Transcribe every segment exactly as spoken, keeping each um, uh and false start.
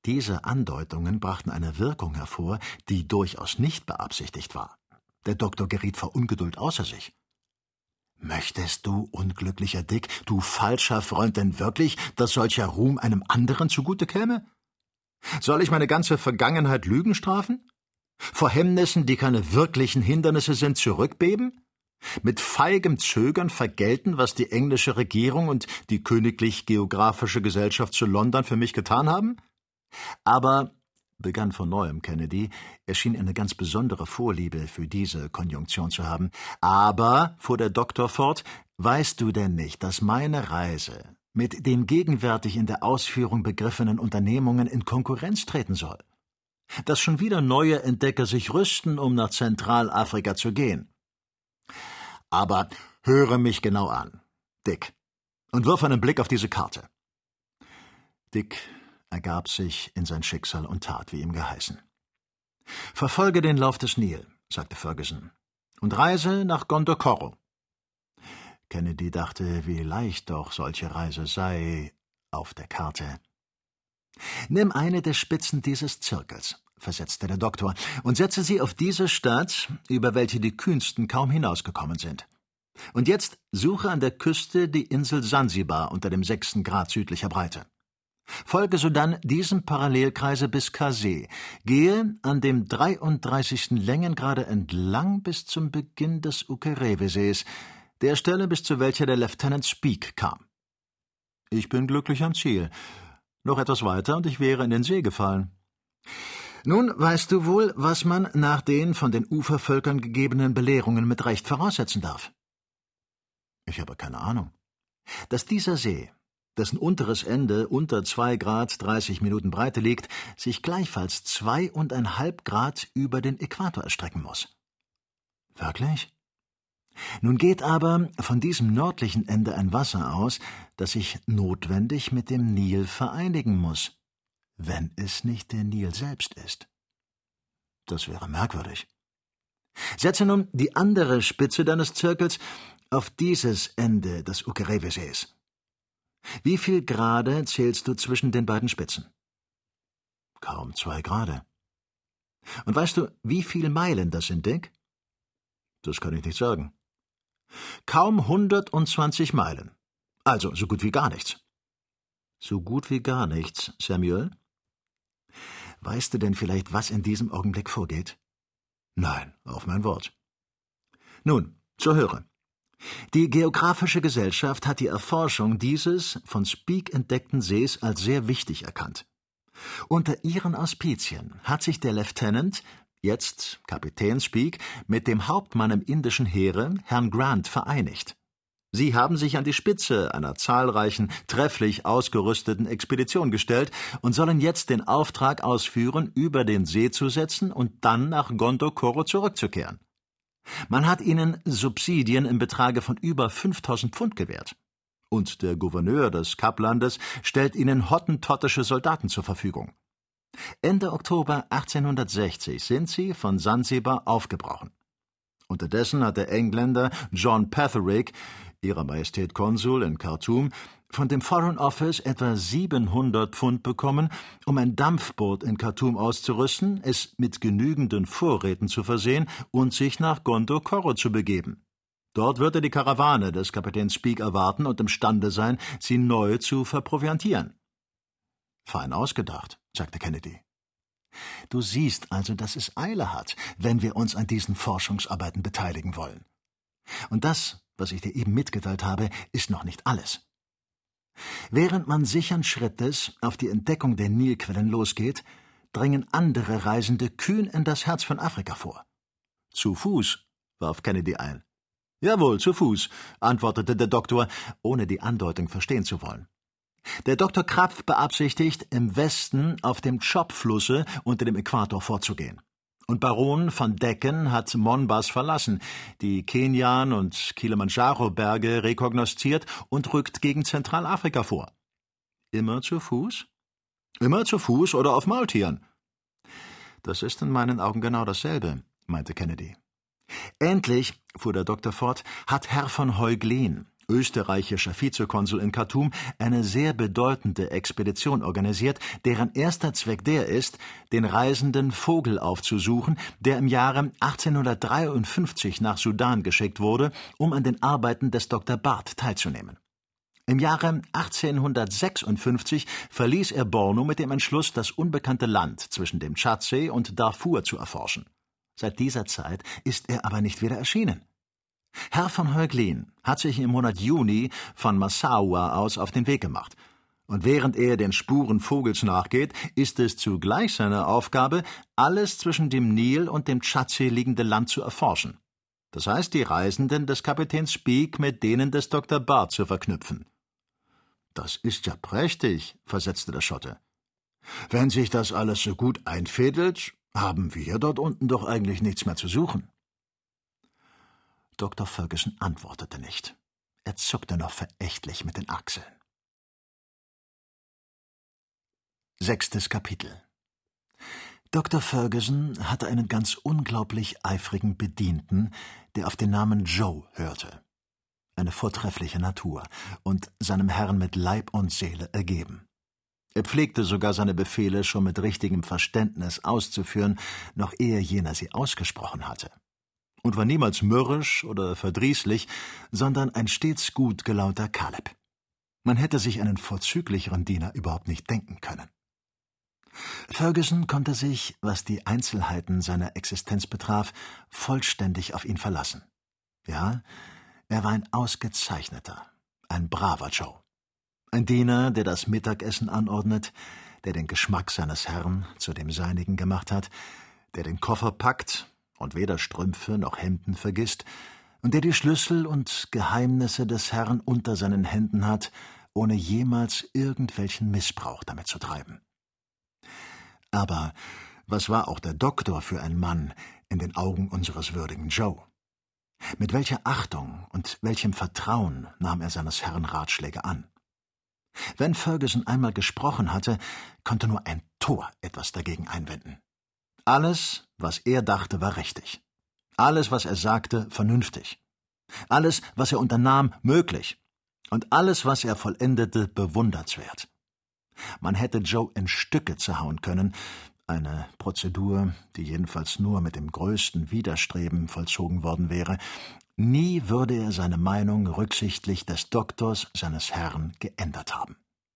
Diese Andeutungen brachten eine Wirkung hervor, die durchaus nicht beabsichtigt war. Der Doktor geriet vor Ungeduld außer sich. »Möchtest du, unglücklicher Dick, du falscher Freund, denn wirklich, dass solcher Ruhm einem anderen zugute käme? Soll ich meine ganze Vergangenheit Lügen strafen? Vor Hemmnissen, die keine wirklichen Hindernisse sind, zurückbeben? Mit feigem Zögern vergelten, was die englische Regierung und die Königlich Geographische Gesellschaft zu London für mich getan haben? Aber«, begann von neuem Kennedy, er schien eine ganz besondere Vorliebe für diese Konjunktion zu haben, »aber«, fuhr der Doktor fort, »weißt du denn nicht, dass meine Reise mit den gegenwärtig in der Ausführung begriffenen Unternehmungen in Konkurrenz treten soll? Dass schon wieder neue Entdecker sich rüsten, um nach Zentralafrika zu gehen? Aber höre mich genau an, Dick, und wirf einen Blick auf diese Karte.« Dick ergab sich in sein Schicksal und tat, wie ihm geheißen. »Verfolge den Lauf des Nil«, sagte Ferguson, »und reise nach Gondokoro.« Kennedy dachte, wie leicht doch solche Reise sei auf der Karte. »Nimm eine der Spitzen dieses Zirkels«, versetzte der Doktor, »und setze sie auf diese Stadt, über welche die Kühnsten kaum hinausgekommen sind. Und jetzt suche an der Küste die Insel Sansibar unter dem sechsten Grad südlicher Breite. Folge sodann diesem Parallelkreise bis Kase, gehe an dem dreiunddreißigsten Längengrade entlang bis zum Beginn des Ukerewe-Sees, der Stelle, bis zu welcher der Lieutenant Speke kam. Ich bin glücklich am Ziel. Noch etwas weiter, und ich wäre in den See gefallen. Nun weißt du wohl, was man nach den von den Ufervölkern gegebenen Belehrungen mit Recht voraussetzen darf.« »Ich habe keine Ahnung.« »Dass dieser See, dessen unteres Ende unter zwei Grad dreißig Minuten Breite liegt, sich gleichfalls zweieinhalb Grad über den Äquator erstrecken muss.« »Wirklich?« »Nun geht aber von diesem nördlichen Ende ein Wasser aus, das sich notwendig mit dem Nil vereinigen muss, wenn es nicht der Nil selbst ist.« »Das wäre merkwürdig.« »Setze nun die andere Spitze deines Zirkels auf dieses Ende des Ukerewe-Sees. Wie viel Grade zählst du zwischen den beiden Spitzen?« »Kaum zwei Grade.« »Und weißt du, wie viele Meilen das sind, Dick?« »Das kann ich nicht sagen.« »Kaum hundertundzwanzig Meilen. Also so gut wie gar nichts.« »So gut wie gar nichts, Samuel? Weißt du denn vielleicht, was in diesem Augenblick vorgeht?« »Nein, auf mein Wort.« »Nun, so höre. Die Geographische Gesellschaft hat die Erforschung dieses von Speke entdeckten Sees als sehr wichtig erkannt. Unter ihren Auspizien hat sich der Lieutenant, jetzt Kapitän Speke, mit dem Hauptmann im indischen Heere, Herrn Grant, vereinigt. Sie haben sich an die Spitze einer zahlreichen, trefflich ausgerüsteten Expedition gestellt und sollen jetzt den Auftrag ausführen, über den See zu setzen und dann nach Gondokoro zurückzukehren. Man hat ihnen Subsidien im Betrage von über fünftausend Pfund gewährt. Und der Gouverneur des Kaplandes stellt ihnen hottentottische Soldaten zur Verfügung. Ende Oktober achtzehnhundertsechzig sind sie von Sansibar aufgebrochen. Unterdessen hat der Engländer John Petherick, Ihrer Majestät Konsul in Khartoum, von dem Foreign Office etwa siebenhundert Pfund bekommen, um ein Dampfboot in Khartoum auszurüsten, es mit genügenden Vorräten zu versehen und sich nach Gondokoro zu begeben. Dort wird er die Karawane des Kapitäns Speke erwarten und imstande sein, sie neu zu verproviantieren.« »Fein ausgedacht«, sagte Kennedy. »Du siehst also, dass es Eile hat, wenn wir uns an diesen Forschungsarbeiten beteiligen wollen. Und das, was ich dir eben mitgeteilt habe, ist noch nicht alles. Während man sichern Schrittes auf die Entdeckung der Nilquellen losgeht, dringen andere Reisende kühn in das Herz von Afrika vor.« »Zu Fuß«, warf Kennedy ein. »Jawohl, zu Fuß«, antwortete der Doktor, ohne die Andeutung verstehen zu wollen. »Der Doktor Krapf beabsichtigt, im Westen auf dem Chop-Flusse unter dem Äquator vorzugehen. Und Baron van Decken hat Monbas verlassen, die Kenian- und Kilimanjaro-Berge rekognosziert und rückt gegen Zentralafrika vor.« »Immer zu Fuß?« »Immer zu Fuß oder auf Maultieren.« »Das ist in meinen Augen genau dasselbe«, meinte Kennedy. »Endlich«, fuhr der Doktor fort, »hat Herr von Heuglen, österreichischer Vizekonsul in Khartum, eine sehr bedeutende Expedition organisiert, deren erster Zweck der ist, den Reisenden Vogel aufzusuchen, der im Jahre achtzehnhundertdreiundfünfzig nach Sudan geschickt wurde, um an den Arbeiten des Doktor Barth teilzunehmen. Im Jahre achtzehnhundertsechsundfünfzig verließ er Bornu mit dem Entschluss, das unbekannte Land zwischen dem Tschadsee und Darfur zu erforschen. Seit dieser Zeit ist er aber nicht wieder erschienen. Herr von Heuglin hat sich im Monat Juni von Massaua aus auf den Weg gemacht. Und während er den Spuren Vogels nachgeht, ist es zugleich seine Aufgabe, alles zwischen dem Nil und dem Tschadsee liegende Land zu erforschen. Das heißt, die Reisenden des Kapitäns Speke mit denen des Doktor Barth zu verknüpfen. »Das ist ja prächtig«, versetzte der Schotte. »Wenn sich das alles so gut einfädelt, haben wir dort unten doch eigentlich nichts mehr zu suchen.« Doktor Ferguson antwortete nicht. Er zuckte noch verächtlich mit den Achseln. Sechstes Kapitel. Doktor Ferguson hatte einen ganz unglaublich eifrigen Bedienten, der auf den Namen Joe hörte. Eine vortreffliche Natur und seinem Herrn mit Leib und Seele ergeben. Er pflegte sogar seine Befehle schon mit richtigem Verständnis auszuführen, noch ehe jener sie ausgesprochen hatte. Und war niemals mürrisch oder verdrießlich, sondern ein stets gut gelaunter Kaleb. Man hätte sich einen vorzüglicheren Diener überhaupt nicht denken können. Ferguson konnte sich, was die Einzelheiten seiner Existenz betraf, vollständig auf ihn verlassen. Ja, er war ein ausgezeichneter, ein braver Joe. Ein Diener, der das Mittagessen anordnet, der den Geschmack seines Herrn zu dem seinigen gemacht hat, der den Koffer packt und weder Strümpfe noch Hemden vergisst, und der die Schlüssel und Geheimnisse des Herrn unter seinen Händen hat, ohne jemals irgendwelchen Missbrauch damit zu treiben. Aber was war auch der Doktor für ein Mann in den Augen unseres würdigen Joe? Mit welcher Achtung und welchem Vertrauen nahm er seines Herrn Ratschläge an? Wenn Ferguson einmal gesprochen hatte, konnte nur ein Tor etwas dagegen einwenden. Alles, was er dachte, war richtig. Alles, was er sagte, vernünftig. Alles, was er unternahm, möglich. Und alles, was er vollendete, bewundernswert. Man hätte Joe in Stücke zerhauen können, eine Prozedur, die jedenfalls nur mit dem größten Widerstreben vollzogen worden wäre. Nie würde er seine Meinung rücksichtlich des Doktors, seines Herrn, geändert haben.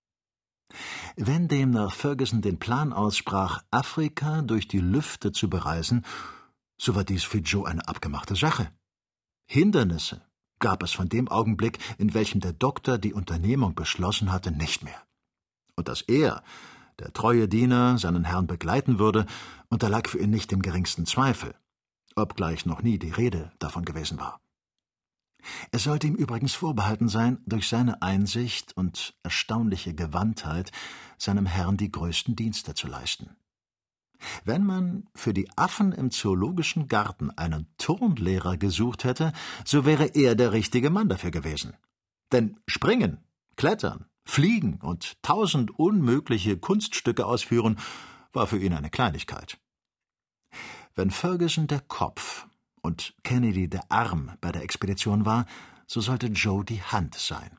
Wenn demnach Ferguson den Plan aussprach, Afrika durch die Lüfte zu bereisen, so war dies für Joe eine abgemachte Sache. Hindernisse gab es von dem Augenblick, in welchem der Doktor die Unternehmung beschlossen hatte, nicht mehr. Und dass er, der treue Diener, seinen Herrn begleiten würde, unterlag für ihn nicht dem geringsten Zweifel, obgleich noch nie die Rede davon gewesen war. Es sollte ihm übrigens vorbehalten sein, durch seine Einsicht und erstaunliche Gewandtheit seinem Herrn die größten Dienste zu leisten. Wenn man für die Affen im Zoologischen Garten einen Turnlehrer gesucht hätte, so wäre er der richtige Mann dafür gewesen. Denn Springen, Klettern, Fliegen und tausend unmögliche Kunststücke ausführen, war für ihn eine Kleinigkeit. Wenn Ferguson der Kopf und Kennedy der Arm bei der Expedition war, so sollte Joe die Hand sein.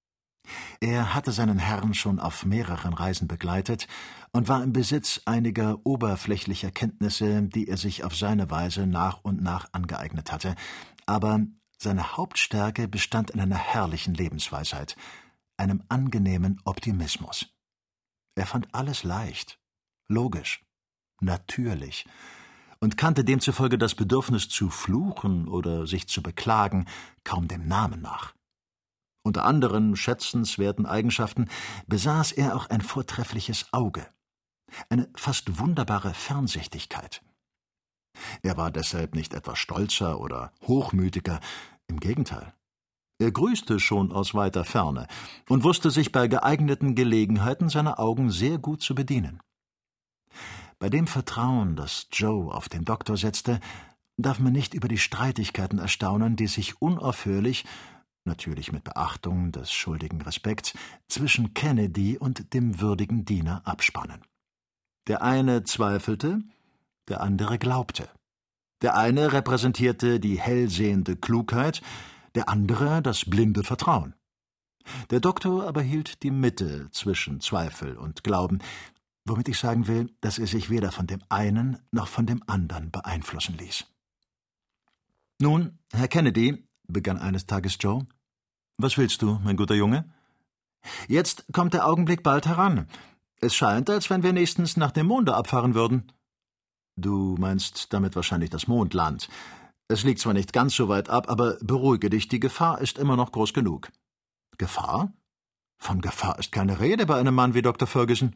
Er hatte seinen Herrn schon auf mehreren Reisen begleitet und war im Besitz einiger oberflächlicher Kenntnisse, die er sich auf seine Weise nach und nach angeeignet hatte, aber seine Hauptstärke bestand in einer herrlichen Lebensweisheit, einem angenehmen Optimismus. Er fand alles leicht, logisch, natürlich und kannte demzufolge das Bedürfnis zu fluchen oder sich zu beklagen kaum dem Namen nach. Unter anderen schätzenswerten Eigenschaften besaß er auch ein vortreffliches Auge, eine fast wunderbare Fernsichtigkeit. Er war deshalb nicht etwas stolzer oder hochmütiger, im Gegenteil. Er grüßte schon aus weiter Ferne und wusste sich bei geeigneten Gelegenheiten seine Augen sehr gut zu bedienen. Bei dem Vertrauen, das Joe auf den Doktor setzte, darf man nicht über die Streitigkeiten erstaunen, die sich unaufhörlich, natürlich mit Beachtung des schuldigen Respekts, zwischen Kennedy und dem würdigen Diener abspannen. Der eine zweifelte, der andere glaubte. Der eine repräsentierte die hellsehende Klugheit, der andere das blinde Vertrauen. Der Doktor aber hielt die Mitte zwischen Zweifel und Glauben, womit ich sagen will, dass er sich weder von dem einen noch von dem anderen beeinflussen ließ. »Nun, Herr Kennedy«, begann eines Tages Joe, »was willst du, mein guter Junge? Jetzt kommt der Augenblick bald heran. Es scheint, als wenn wir nächstens nach dem Monde abfahren würden.« »Du meinst damit wahrscheinlich das Mondland. Es liegt zwar nicht ganz so weit ab, aber beruhige dich, die Gefahr ist immer noch groß genug.« »Gefahr? Von Gefahr ist keine Rede bei einem Mann wie Doktor Ferguson.«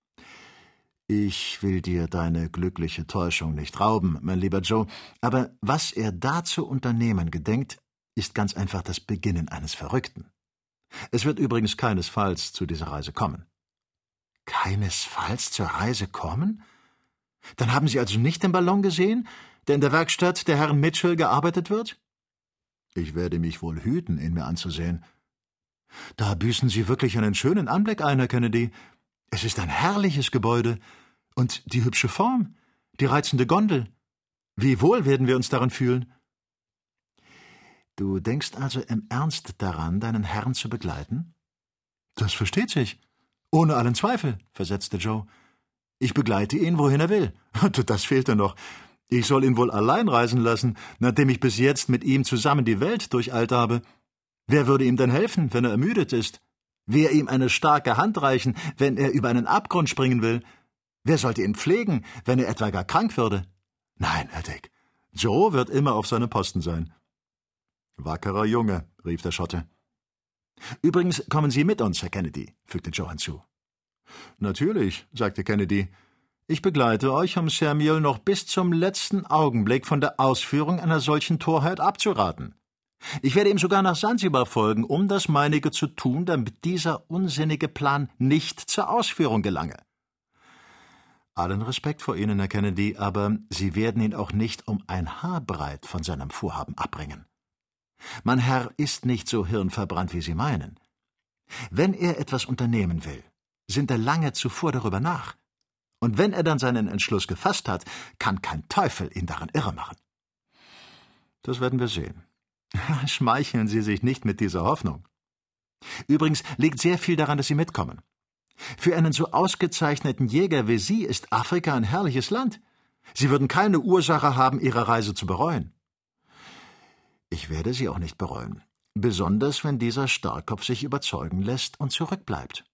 »Ich will dir deine glückliche Täuschung nicht rauben, mein lieber Joe, aber was er da zu unternehmen gedenkt, ist ganz einfach das Beginnen eines Verrückten. Es wird übrigens keinesfalls zu dieser Reise kommen.« »Keinesfalls zur Reise kommen? Dann haben Sie also nicht den Ballon gesehen, der in der Werkstatt der Herren Mitchell gearbeitet wird?« »Ich werde mich wohl hüten, ihn mir anzusehen.« »Da büßen Sie wirklich einen schönen Anblick ein, Herr Kennedy. Es ist ein herrliches Gebäude. Und die hübsche Form, die reizende Gondel. Wie wohl werden wir uns daran fühlen.« »Du denkst also im Ernst daran, deinen Herrn zu begleiten?« »Das versteht sich. Ohne allen Zweifel«, versetzte Joe. »Ich begleite ihn, wohin er will. Das fehlte noch. Ich soll ihn wohl allein reisen lassen, nachdem ich bis jetzt mit ihm zusammen die Welt durcheilt habe. Wer würde ihm denn helfen, wenn er ermüdet ist? Wer ihm eine starke Hand reichen, wenn er über einen Abgrund springen will? Wer sollte ihn pflegen, wenn er etwa gar krank würde? Nein, Herr Dick, Joe wird immer auf seinem Posten sein.« »Wackerer Junge«, rief der Schotte. »Übrigens kommen Sie mit uns, Herr Kennedy«, fügte Joe hinzu. »Natürlich«, sagte Kennedy. »Ich begleite euch, um Samuel noch bis zum letzten Augenblick von der Ausführung einer solchen Torheit abzuraten. Ich werde ihm sogar nach Sansibar folgen, um das meinige zu tun, damit dieser unsinnige Plan nicht zur Ausführung gelange.« »Allen Respekt vor Ihnen, Herr Kennedy, aber Sie werden ihn auch nicht um ein Haar breit von seinem Vorhaben abbringen. Mein Herr ist nicht so hirnverbrannt, wie Sie meinen. Wenn er etwas unternehmen will, sinnt er lange zuvor darüber nach. Und wenn er dann seinen Entschluss gefasst hat, kann kein Teufel ihn daran irre machen.« »Das werden wir sehen. Schmeicheln Sie sich nicht mit dieser Hoffnung. Übrigens liegt sehr viel daran, dass Sie mitkommen. Für einen so ausgezeichneten Jäger wie Sie ist Afrika ein herrliches Land. Sie würden keine Ursache haben, Ihre Reise zu bereuen.« »Ich werde sie auch nicht bereuen, besonders wenn dieser Starrkopf sich überzeugen lässt und zurückbleibt.